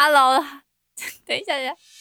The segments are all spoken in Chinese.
Hello， 等一下。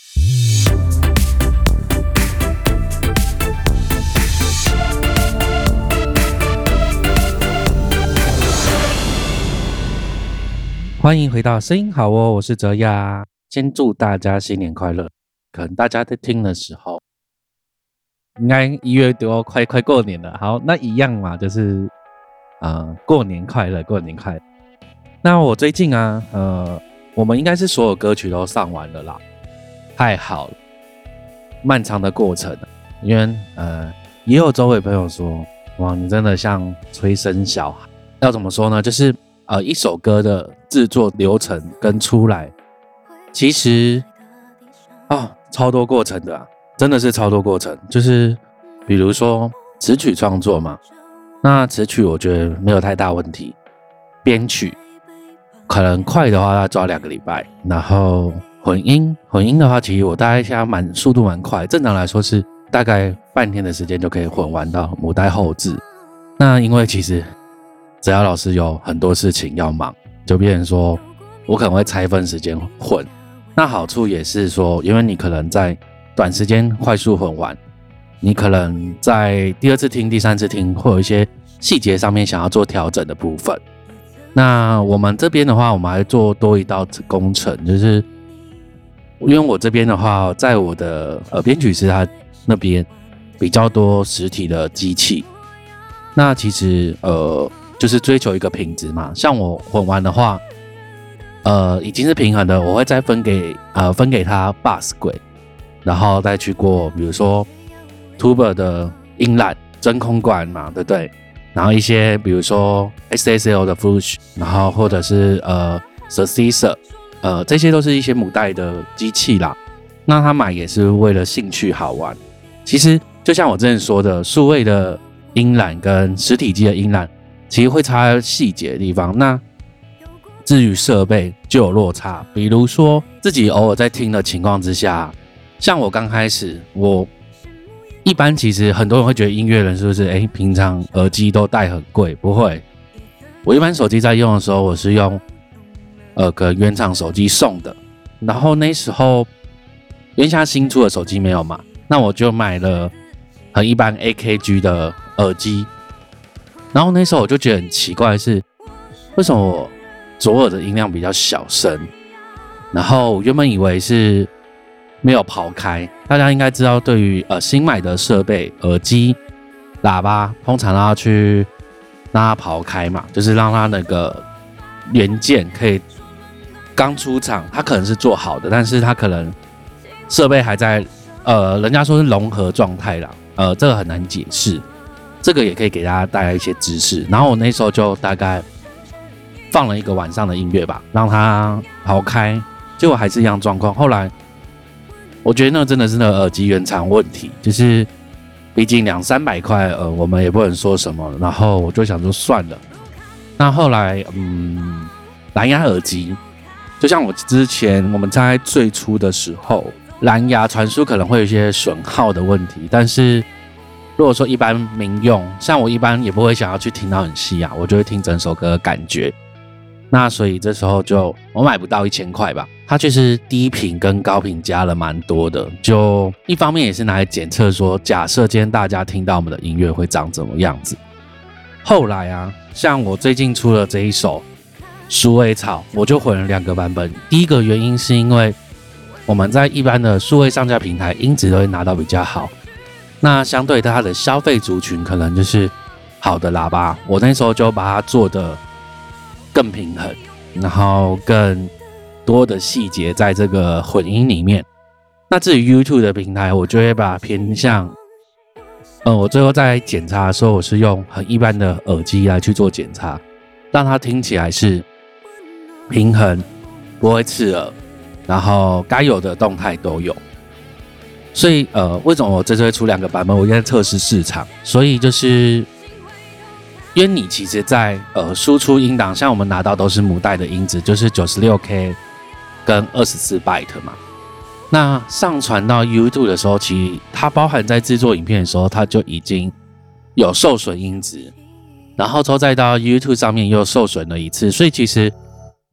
欢迎回到声音好哦，我是哲亚。先祝大家新年快乐。可能大家在听的时候，应该1月多快过年了。好，那一样嘛，就是过年快乐，过年快乐。那我最近我们应该是所有歌曲都上完了啦，太好了，漫长的过程。因为也有周围朋友说，哇，你真的像催生小孩。要怎么说呢？就是一首歌的制作流程跟出来，其实超多过程的真的是超多过程。就是比如说词曲创作嘛，那词曲我觉得没有太大问题，编曲可能快的话要抓2个礼拜，然后混音的话，其实我大概现在速度蛮快，正常来说是大概半天的时间就可以混完到母带后制。那因为其实只要老师有很多事情要忙，就变成说我可能会拆分时间混。那好处也是说，因为你可能在短时间快速混完，你可能在第2次听、第3次听会有一些细节上面想要做调整的部分。那我们这边的话，我们还做多一道工程，就是因为我这边的话，在我的编曲师他那边比较多实体的机器，那其实就是追求一个品质嘛。像我混完的话，已经是平衡的，我会再分给他 bus 轨，然后再去过比如说 tuber 的音缆真空管嘛，对不对？然后一些比如说 SSL 的 flush， 然后或者是Sesser， 这些都是一些母带的机器啦。那他买也是为了兴趣好玩。其实就像我之前说的，数位的音缆跟实体机的音缆其实会差在细节的地方，那至于设备就有落差。比如说自己偶尔在听的情况之下，像我刚开始，我一般其实很多人会觉得音乐人是不是平常耳机都戴很贵？不会，我一般手机在用的时候，我是用个原厂手机送的，然后那时候因为现在新出的手机没有嘛，那我就买了很一般 AKG 的耳机。然后那时候我就觉得很奇怪的是，为什么我左耳的音量比较小声？然后我原本以为是没有刨开。大家应该知道，对于新买的设备、耳机、喇叭，通常都要去让它刨开嘛，就是让它那个元件可以刚出厂，它可能是做好的，但是它可能设备还在人家说是融合状态啦，这个很难解释。这个也可以给大家带来一些知识。然后我那时候就大概放了1个晚上的音乐吧，让它刨开，结果还是一样状况。后来我觉得那真的是那个耳机原厂问题，就是毕竟200-300块，我们也不能说什么。然后我就想说算了。那后来蓝牙耳机，就像我之前我们在最初的时候，蓝牙传输可能会有一些损耗的问题，但是如果说一般民用，像我一般也不会想要去听到很细啊，我就会听整首歌的感觉。那所以这时候就我买不到1000块吧，它却是低频跟高频加了蛮多的。就一方面也是拿来检测说，假设今天大家听到我们的音乐会长怎么样子。后来像我最近出了这一首鼠尾草，我就混了2个版本。第一个原因是因为我们在一般的数位上架平台音质都会拿到比较好，那相对它的消费族群可能就是好的喇叭，我那时候就把它做得更平衡，然后更多的细节在这个混音里面。那至于 YouTube 的平台，我就会把它偏向我最后在检查的时候，我是用很一般的耳机来去做检查，让它听起来是平衡，不会刺耳，然后该有的动态都有。所以为什么我这次会出2个版本？我在测试市场，所以就是因为你其实在输出音档，像我们拿到都是母带的音质，就是 96K 跟24 byte 嘛。那上传到 YouTube 的时候，其实它包含在制作影片的时候，它就已经有受损音质，然后之后再到 YouTube 上面又受损了一次，所以其实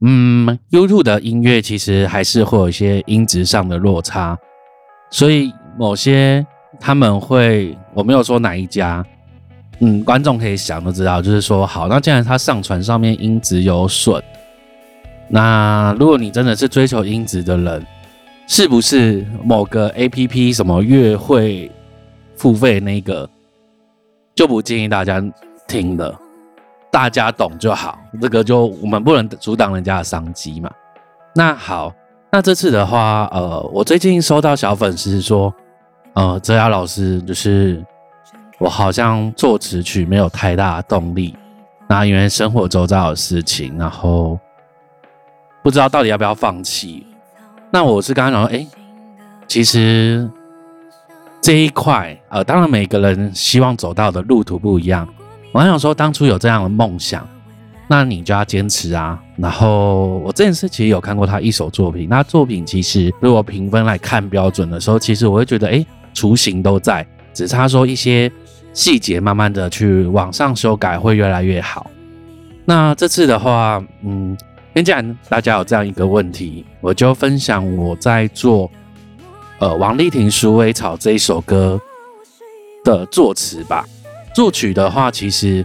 YouTube 的音乐其实还是会有一些音质上的落差，所以某些他们会，我没有说哪一家，观众可以想都知道，就是说好，那既然它上传上面音质有损，那如果你真的是追求音质的人，是不是某个 APP 什么月会付费那个就不建议大家听了，大家懂就好，这个就我们不能阻挡人家的商机嘛。那好，那这次的话，我最近收到小粉丝说，哲雅老师就是我好像作词曲没有太大的动力，那因为生活周遭的事情，然后不知道到底要不要放弃。那我是跟他讲说，其实这一块，当然每个人希望走到的路途不一样。我还想说，当初有这样的梦想，那你就要坚持啊。然后我这件事其实有看过他一首作品，那作品其实如果评分来看标准的时候，其实我会觉得，雏形都在，只差说一些细节慢慢的去往上修改会越来越好。那这次的话，既然大家有这样一个问题，我就分享我在做王丽婷《鼠尾草》这一首歌的作词吧。作曲的话，其实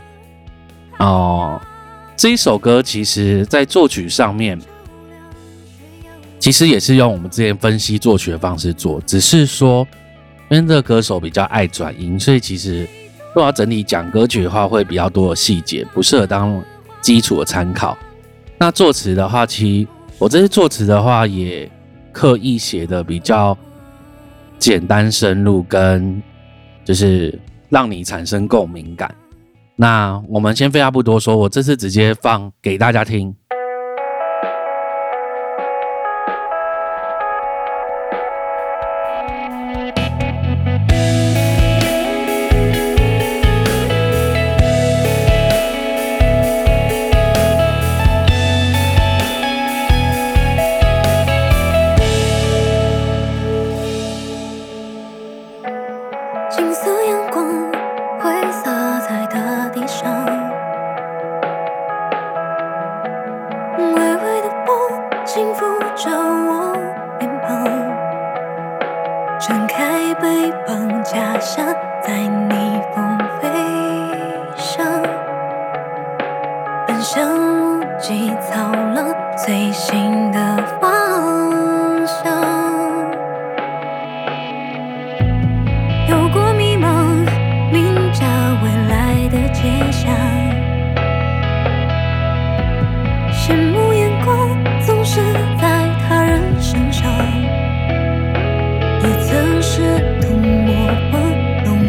这一首歌其实在作曲上面，其实也是用我们之前分析作曲的方式做，只是说因为这个歌手比较爱转音，所以其实如果要整体讲歌曲的话，会比较多的细节，不适合当基础的参考。那作词的话，其实我这次作词的话也刻意写的比较简单深入，跟就是让你产生共鸣感。那我们先废话不多说，我这次直接放给大家听。 金色阳光挥洒在大地上，微微的波轻抚着我脸庞，撑开背膀，假象在逆风飞翔，奔向无际草浪随心的方向。有过迷茫，明着未来的街巷，羡慕眼光总是在他人身上，也曾试图模仿，弄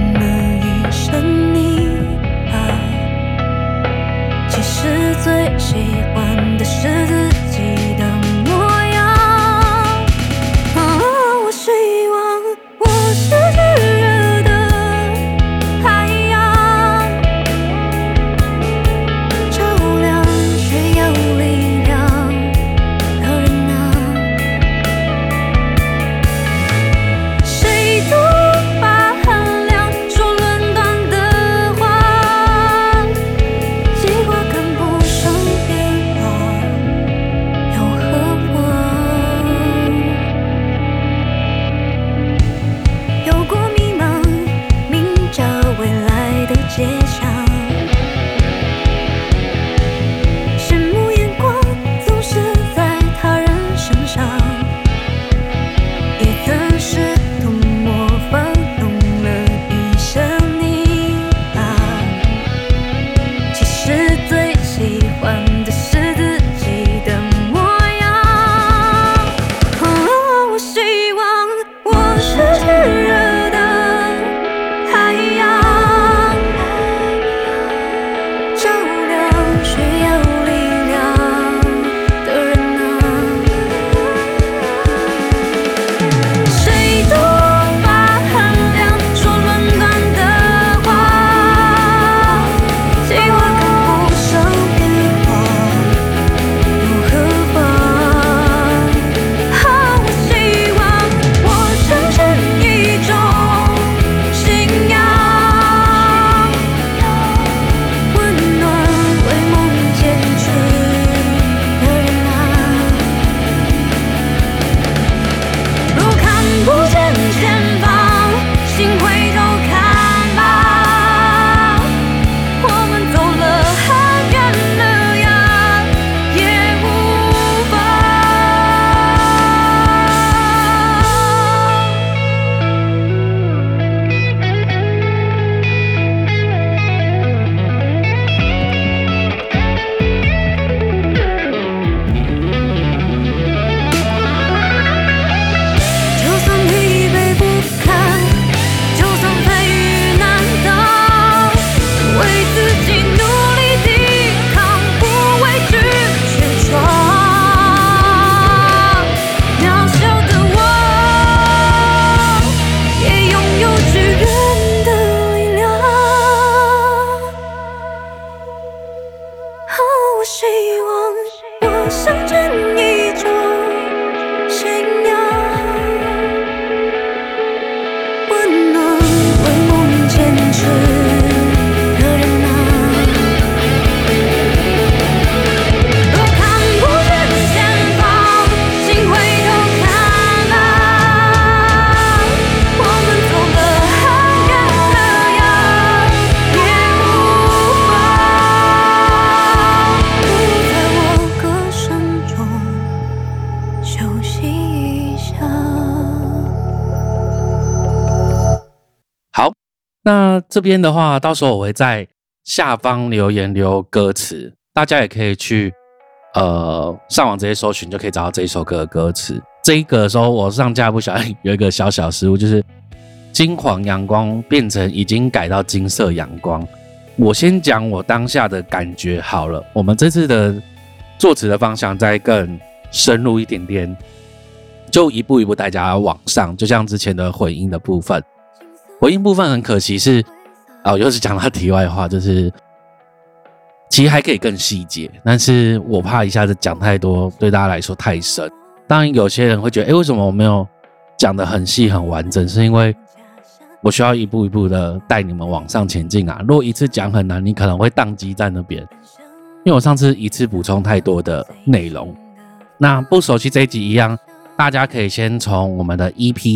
那这边的话，到时候我会在下方留言留歌词，大家也可以去上网直接搜寻，就可以找到这一首歌的歌词。这一个的时候，我上架不小心有一个小小失误，就是金黄阳光变成已经改到金色阳光。我先讲我当下的感觉好了，我们这次的作词的方向再更深入一点点，就一步一步带大家往上，就像之前的混音的部分。混音部分很可惜是，又是讲到题外话，就是其实还可以更细节，但是我怕一下子讲太多，对大家来说太深。当然有些人会觉得，为什么我没有讲得很细很完整？是因为我需要一步一步的带你们往上前进啊！如果一次讲很难，你可能会宕机在那边。因为我上次一次补充太多的内容，那不熟悉这一集一样，大家可以先从我们的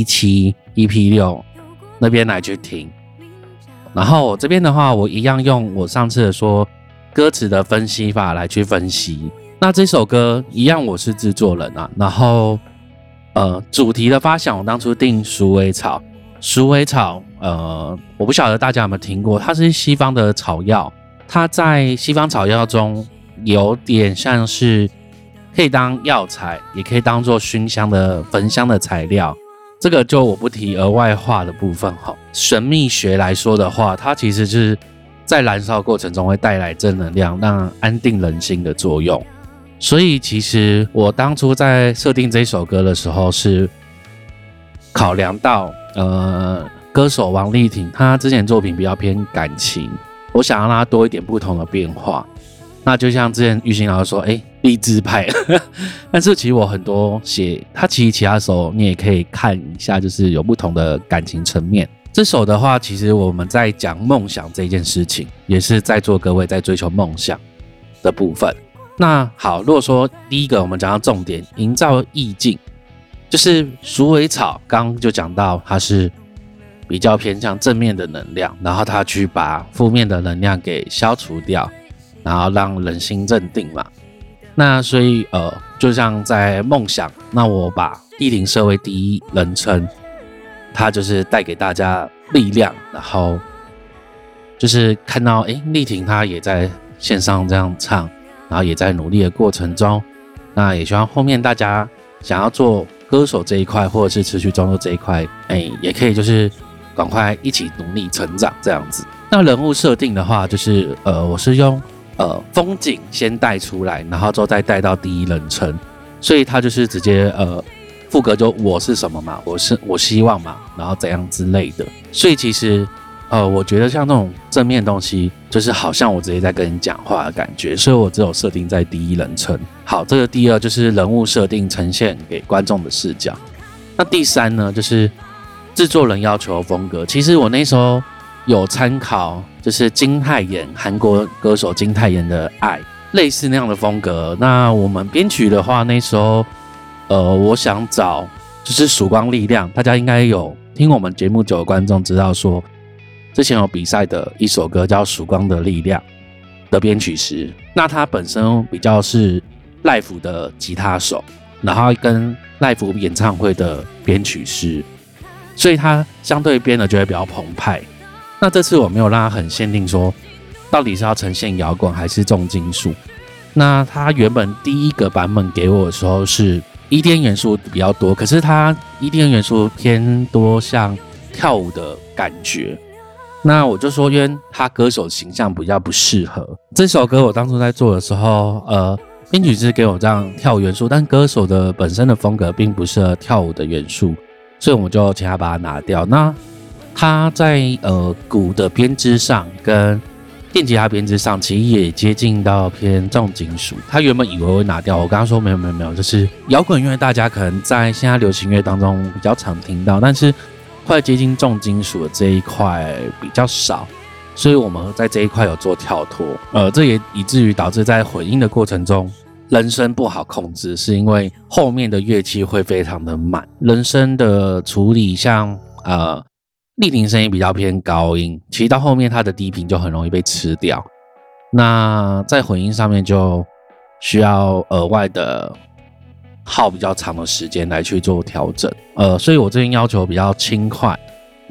EP7、EP6 那边来去听。然后我这边的话，我一样用我上次的说歌词的分析法来去分析。那这首歌一样我是制作人啊，然后主题的发想我当初定鼠尾草。鼠尾草，我不晓得大家有没有听过，它是西方的草药，它在西方草药中有点像是可以当药材，也可以当做熏香的焚香的材料。这个就我不提额外话的部分哈。神秘学来说的话，它其实是在燃烧过程中会带来正能量，让安定人心的作用。所以其实我当初在设定这首歌的时候是考量到歌手王丽婷她之前作品比较偏感情，我想让她多一点不同的变化。那就像之前玉兴老师说，励志派但是其实我很多写他其他首你也可以看一下，就是有不同的感情层面。这首的话，其实我们在讲梦想这件事情，也是在座各位在追求梦想的部分。那好，如果说第一个我们讲到重点，营造意境，就是鼠尾草刚刚就讲到它是比较偏向正面的能量，然后它去把负面的能量给消除掉，然后让人心镇定嘛。那所以就像在梦想，那我把丽婷设为第一人称，它就是带给大家力量，然后就是看到丽婷她也在线上这样唱，然后也在努力的过程中，那也希望后面大家想要做歌手这一块，或者是持续创作这一块，也可以就是赶快一起努力成长这样子。那人物设定的话，就是我是用风景先带出来，然后之后再带到第一人称，所以他就是直接副歌就我是什么嘛，我希望嘛，然后怎样之类的。所以其实我觉得像这种正面的东西，就是好像我直接在跟你讲话的感觉，所以我只有设定在第一人称。好，这个第二就是人物设定呈现给观众的视角。那第三呢，就是制作人要求的风格。其实我那时候有参考，就是金泰妍，韩国歌手金泰妍的《爱》，类似那样的风格。那我们编曲的话，那时候我想找就是曙光力量，大家应该有听我们节目久的观众知道说，之前有比赛的一首歌叫《曙光的力量》的编曲师，那他本身比较是live的吉他手，然后跟live演唱会的编曲师，所以他相对编的就会比较澎湃。那这次我没有让他很限定说到底是要呈现摇滚还是重金属。那他原本第一个版本给我的时候是 EDM 元素比较多，可是他 EDM 元素偏多像跳舞的感觉。那我就说，因为他歌手形象比较不适合这首歌。我当初在做的时候，编曲师给我这样跳舞元素，但歌手的本身的风格并不适合跳舞的元素，所以我就请他把它拿掉。那他在鼓的编织上跟电吉他编织上，其实也接近到偏重金属。他原本以为会拿掉，我跟他说没有，就是摇滚乐大家可能在现在流行乐当中比较常听到，但是快接近重金属的这一块比较少，所以我们在这一块有做跳脱。这也以至于导致在混音的过程中，人声不好控制，是因为后面的乐器会非常的满。人声的处理像丽婷声音比较偏高音，其实到后面它的低频就很容易被吃掉。那在混音上面就需要额外的耗比较长的时间来去做调整。所以我这边要求比较轻快，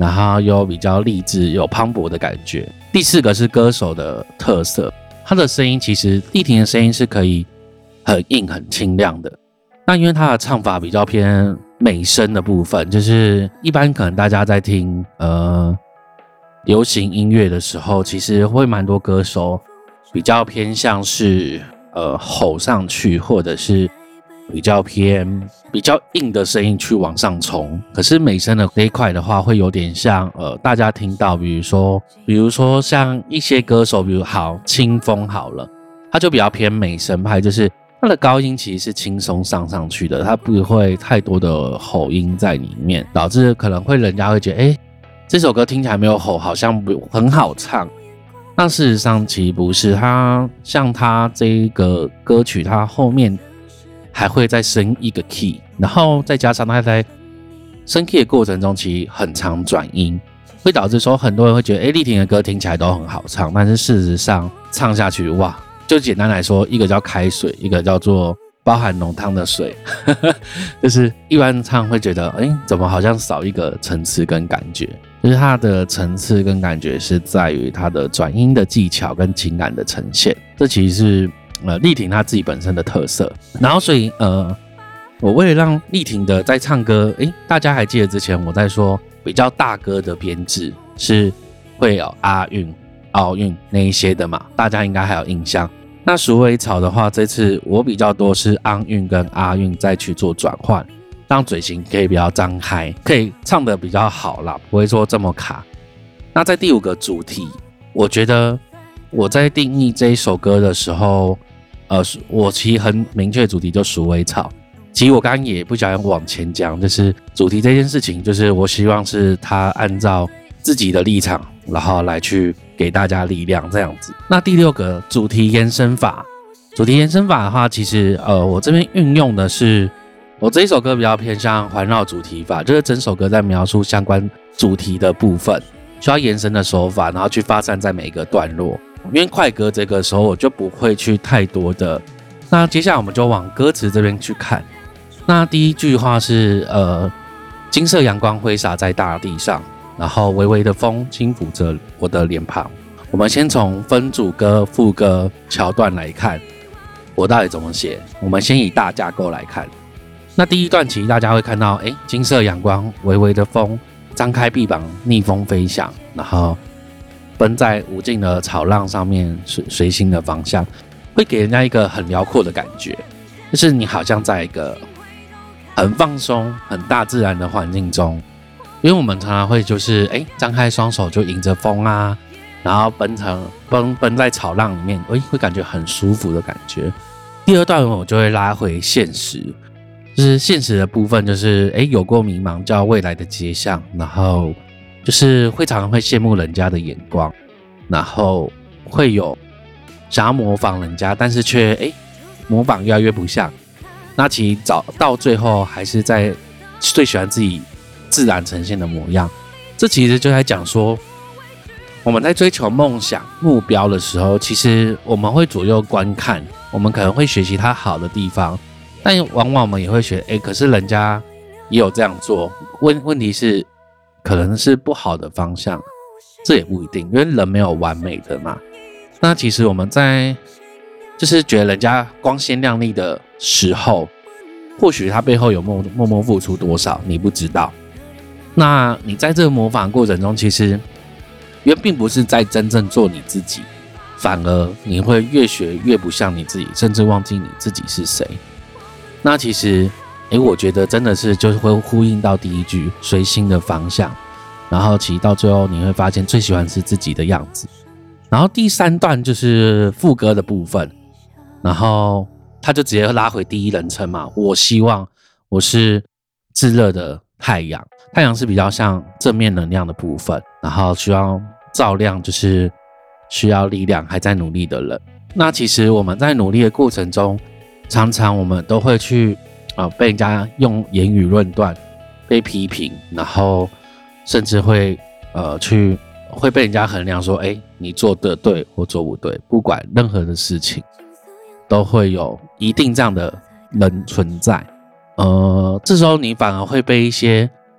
然后又比较励志，有磅礴的感觉。第4个是歌手的特色，他的声音其实丽婷的声音是可以很硬很清亮的。那因为他的唱法比较偏美声的部分，就是一般可能大家在听流行音乐的时候，其实会蛮多歌手比较偏向是吼上去，或者是比较硬的声音去往上冲。可是美声的这一块的话，会有点像大家听到，比如说像一些歌手，比如清风好了，他就比较偏美声派，就是他的高音其实是轻松上去的，他不会太多的吼音在里面，导致可能会人家会觉得这首歌听起来没有吼，好像很好唱。那事实上其实不是，像他这一个歌曲，他后面还会再升一个 key， 然后再加上他在升 key 的过程中其实很常转音，会导致说很多人会觉得丽婷的歌听起来都很好唱，但是事实上唱下去哇，就简单来说，一个叫开水，一个叫做包含浓汤的水就是一般唱会觉得怎么好像少一个层次跟感觉，就是它的层次跟感觉是在于它的转音的技巧跟情感的呈现，这其实是丽婷她自己本身的特色。然后所以我为了让丽婷的在唱歌，大家还记得之前我在说比较大歌的编制是会有阿韵、奥韵那一些的嘛，大家应该还有印象。那鼠尾草的话，这次我比较多是昂韵跟阿韵再去做转换，让嘴型可以比较张开，可以唱得比较好啦，不会说这么卡。那在第5个主题，我觉得我在定义这一首歌的时候，我其实很明确的主题就鼠尾草。其实我刚刚也不想往前讲，就是主题这件事情，就是我希望是他按照自己的立场，然后来去给大家力量这样子。那第6个主题延伸法，的话，其实我这边运用的是我这一首歌比较偏向环绕主题法，就是整首歌在描述相关主题的部分，需要延伸的手法，然后去发散在每一个段落。因为快歌这个时候我就不会去太多的。那接下来我们就往歌词这边去看。那第一句话是金色阳光挥洒在大地上，然后微微的风轻抚着我的脸庞。我们先从分主歌、副歌桥段来看，我到底怎么写。我们先以大架构来看。那第一段其实大家会看到，金色阳光，微微的风，张开臂膀逆风飞翔，然后奔在无尽的草浪上面，随心的方向，会给人家一个很辽阔的感觉，就是你好像在一个很放松、很大自然的环境中。因为我们常常会就是张开双手就迎着风啊，然后奔在草浪里面，会感觉很舒服的感觉。第2段我就会拉回现实，就是现实的部分，就是有过迷茫叫未来的街巷，然后就是常常会羡慕人家的眼光，然后会有想要模仿人家，但是却模仿越来越不像。那其实到最后还是在最喜欢自己自然呈现的模样。这其实就在讲说，我们在追求梦想目标的时候，其实我们会左右观看，我们可能会学习他好的地方，但往往我们也会觉得可是人家也有这样做，问题是可能是不好的方向，这也不一定，因为人没有完美的嘛。那其实我们在就是觉得人家光鲜亮丽的时候，或许他背后有默默付出多少你不知道。那你在这个模仿过程中，其实因为并不是在真正做你自己，反而你会越学越不像你自己，甚至忘记你自己是谁。那其实我觉得真的是就是会呼应到第一句随心的方向，然后其实到最后你会发现最喜欢是自己的样子。然后第3段就是副歌的部分，然后他就直接拉回第一人称嘛，我希望我是炙热的太阳，太阳是比较像正面能量的部分，然后需要照亮就是需要力量还在努力的人。那其实我们在努力的过程中，常常我们都会去被人家用言语论断，被批评，然后甚至会被人家衡量说你做的对或做不对，不管任何的事情都会有一定这样的人存在。这时候你反而会被一些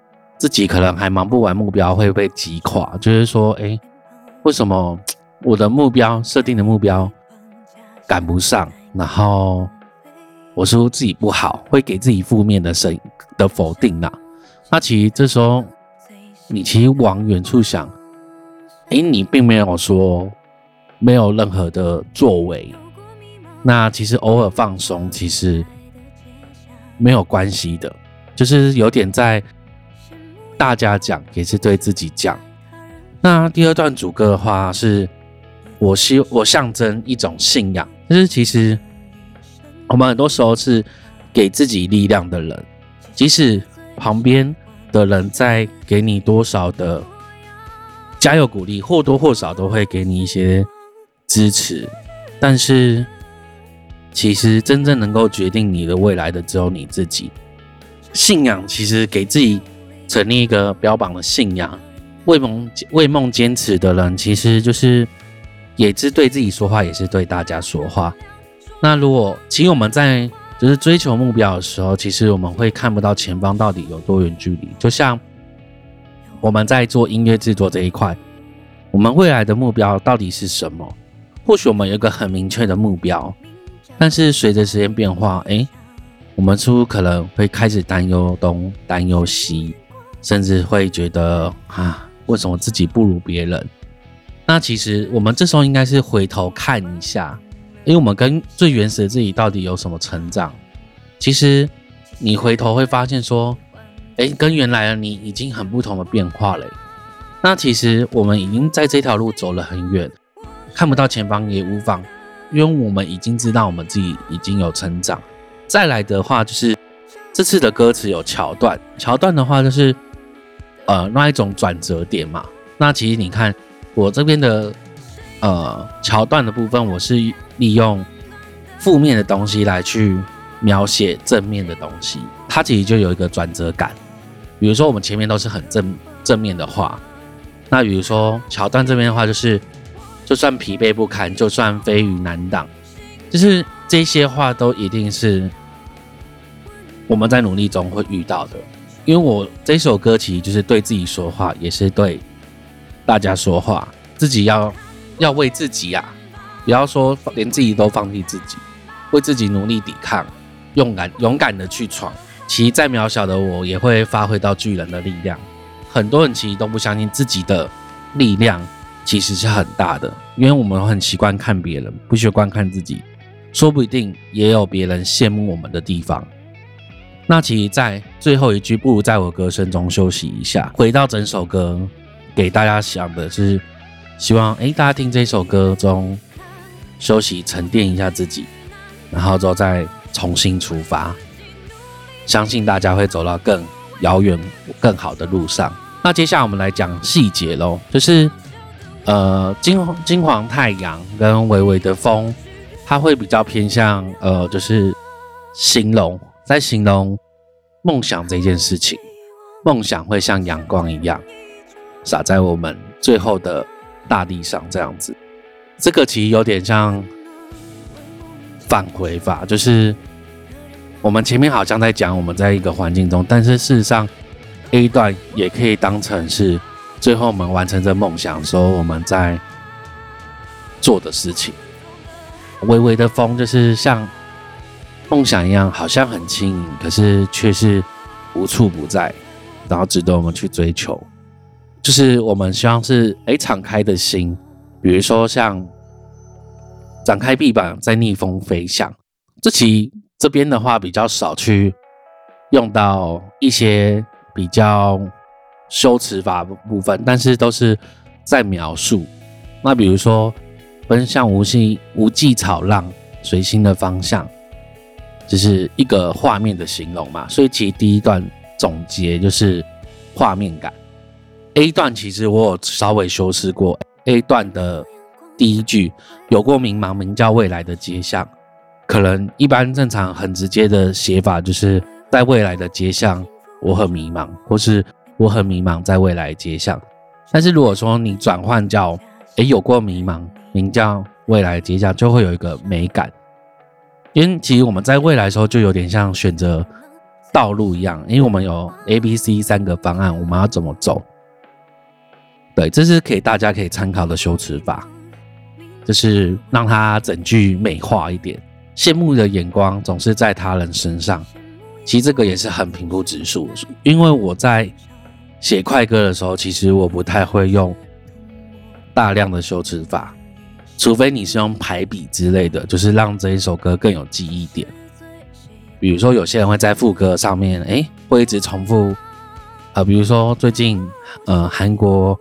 自己可能还忙不完目标会被击垮，就是说为什么我的目标设定的目标赶不上，然后我是不是自己不好，会给自己负面的否定啊。那其实这时候你其实往远处想，你并没有说没有任何的作为，那其实偶尔放松其实没有关系的，就是有点在大家讲也是对自己讲。那第二段主歌的话是我象征一种信仰，就是其实我们很多时候是给自己力量的人，即使旁边的人在给你多少的加油鼓励，或多或少都会给你一些支持，但是其实真正能够决定你的未来的只有你自己。信仰其实给自己成立一个标榜的信仰，为梦坚持的人，其实就是也是对自己说话，也是对大家说话。那其实我们在就是追求目标的时候，其实我们会看不到前方到底有多远距离。就像我们在做音乐制作这一块，我们未来的目标到底是什么？或许我们有一个很明确的目标，但是随着时间变化，我们是不是可能会开始担忧东担忧西，甚至会觉得为什么自己不如别人？那其实我们这时候应该是回头看一下，因为我们跟最原始的自己到底有什么成长？其实你回头会发现说，跟原来的你已经很不同的变化了。那其实我们已经在这条路走了很远，看不到前方也无妨，因为我们已经知道我们自己已经有成长。再来的话就是这次的歌词有桥段的话就是那一种转折点嘛。那其实你看我这边的桥段的部分，我是利用负面的东西来去描写正面的东西，它其实就有一个转折感。比如说我们前面都是很正面的话，那比如说桥段这边的话就是就算疲惫不堪，就算非鱼难挡，就是这些话都一定是我们在努力中会遇到的。因为我这首歌其实就是对自己说话，也是对大家说话，自己要为自己不要说连自己都放弃自己，为自己努力抵抗，勇敢的去闯。其实再渺小的我也会发挥到巨人的力量。很多人其实都不相信自己的力量其实是很大的，因为我们很习惯看别人，不习惯看自己，说不定也有别人羡慕我们的地方。那其实在最后一句，不如在我歌声中休息一下，回到整首歌给大家想的是希望大家听这首歌中休息沉淀一下自己，然后之后再重新出发，相信大家会走到更遥远更好的路上。那接下来我们来讲细节咯，就是金黄太阳跟微微的风，它会比较偏向就是在形容梦想这件事情。梦想会像阳光一样洒在我们最后的大地上，这样子。这个其实有点像返回法，就是我们前面好像在讲我们在一个环境中，但是事实上 A 段也可以当成是最后我们完成这梦想的时候我们在做的事情。微微的风就是像梦想一样，好像很轻盈，可是却是无处不在，然后值得我们去追求。就是我们希望是敞开的心，比如说像展开臂膀在逆风飞翔，这边的话比较少去用到一些比较修辞法的部分，但是都是在描述。那比如说奔向无际草浪随心的方向，就是一个画面的形容嘛，所以其实第一段总结就是画面感。A 段其实我有稍微修饰过 A 段的第一句，有过迷茫，名叫未来的街巷。可能一般正常很直接的写法就是在未来的街巷我很迷茫，或是我很迷茫在未来的街巷。但是如果说你转换叫有过迷茫，名叫未来的街巷，就会有一个美感。因为其实我们在未来的时候就有点像选择道路一样，因为我们有 A、B、C 3个方案，我们要怎么走？对，这是给大家可以参考的修辞法，就是让它整句美化一点。羡慕的眼光总是在他人身上，其实这个也是很平铺直述，因为我在写快歌的时候，其实我不太会用大量的修辞法，除非你是用排比之类的，就是让这一首歌更有记忆点。比如说有些人会在副歌上面会一直重复比如说最近韩国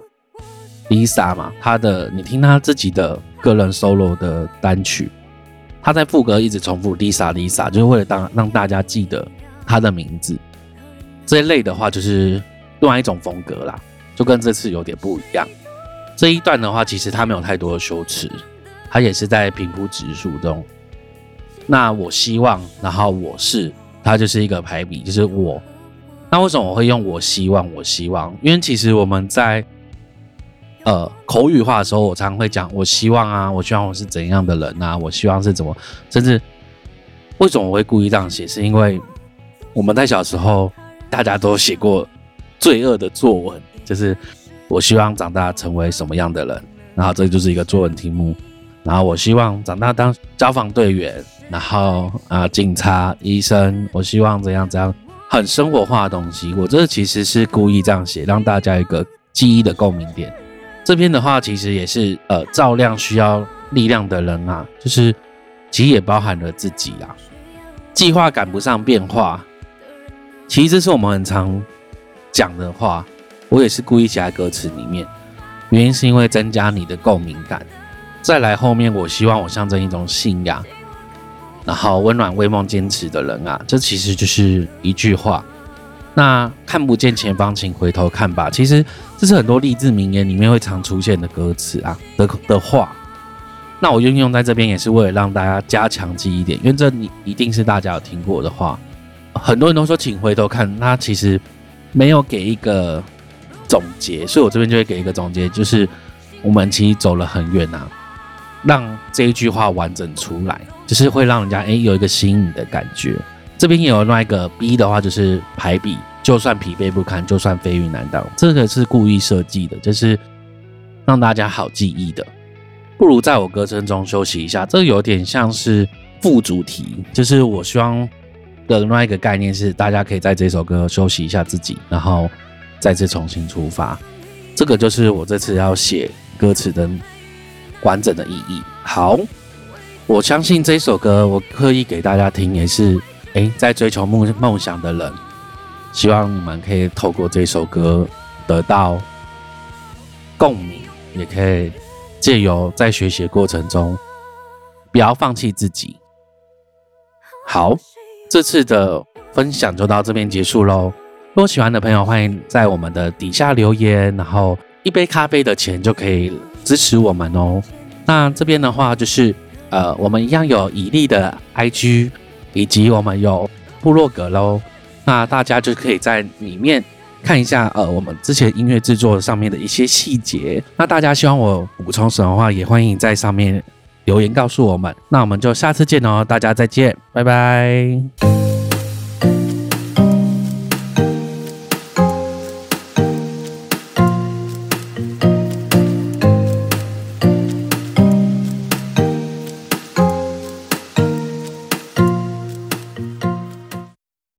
Lisa 嘛，你听她自己的个人 solo 的单曲，她在副歌一直重复 Lisa， 就是为了让大家记得她的名字。这一类的话就是另外一种风格啦，就跟这次有点不一样。这一段的话其实它没有太多的修辞，它也是在平铺直述中。那我希望，然后我是，它就是一个排比，就是我。那为什么我会用我希望？我希望，因为其实我们在口语化的时候，我常常会讲我希望啊，我希望我是怎样的人啊，我希望是怎么，甚至为什么我会故意这样写，是因为我们在小时候大家都写过罪恶的作文，就是我希望长大成为什么样的人，然后这就是一个作文题目。然后我希望长大当消防队员，然后警察、医生，我希望怎样怎样，很生活化的东西。我这其实是故意这样写，让大家有一个记忆的共鸣点。这边的话其实也是照亮需要力量的人啊，就是其实也包含了自己啊。计划赶不上变化，其实这是我们很常讲的话，我也是故意写在歌词里面，原因是因为增加你的共鸣感。再来后面，我希望我象征一种信仰，然后温暖为梦坚持的人啊，这其实就是一句话。那看不见前方，请回头看吧。其实这是很多励志名言里面会常出现的歌词啊的话。那我运用在这边也是为了让大家加强记忆点，因为这一定是大家有听过的话。很多人都说请回头看，那其实没有给一个总结，所以我这边就会给一个总结，就是我们其实走了很远啊。让这一句话完整出来，就是会让人家有一个吸引的感觉。这边也有另外一个 B 的话，就是排比，就算疲惫不堪，就算飞云难挡，这个是故意设计的，就是让大家好记忆的。不如在我歌声中休息一下，这有点像是副主题，就是我希望的另外一个概念是，大家可以在这首歌休息一下自己，然后再次重新出发。这个就是我这次要写歌词的完整的意义。好，我相信这首歌我刻意给大家听，也是在追求梦想的人，希望你们可以透过这首歌得到共鸣，也可以借由在学习的过程中不要放弃自己。好，这次的分享就到这边结束咯。如果喜欢的朋友，欢迎在我们的底下留言，然后一杯咖啡的钱就可以支持我们哦。那这边的话就是我们一样有以利的 IG， 以及我们有部落格咯。那大家就可以在里面看一下我们之前音乐制作上面的一些细节。那大家希望我补充什么的话，也欢迎在上面留言告诉我们。那我们就下次见哦，大家再见，拜拜。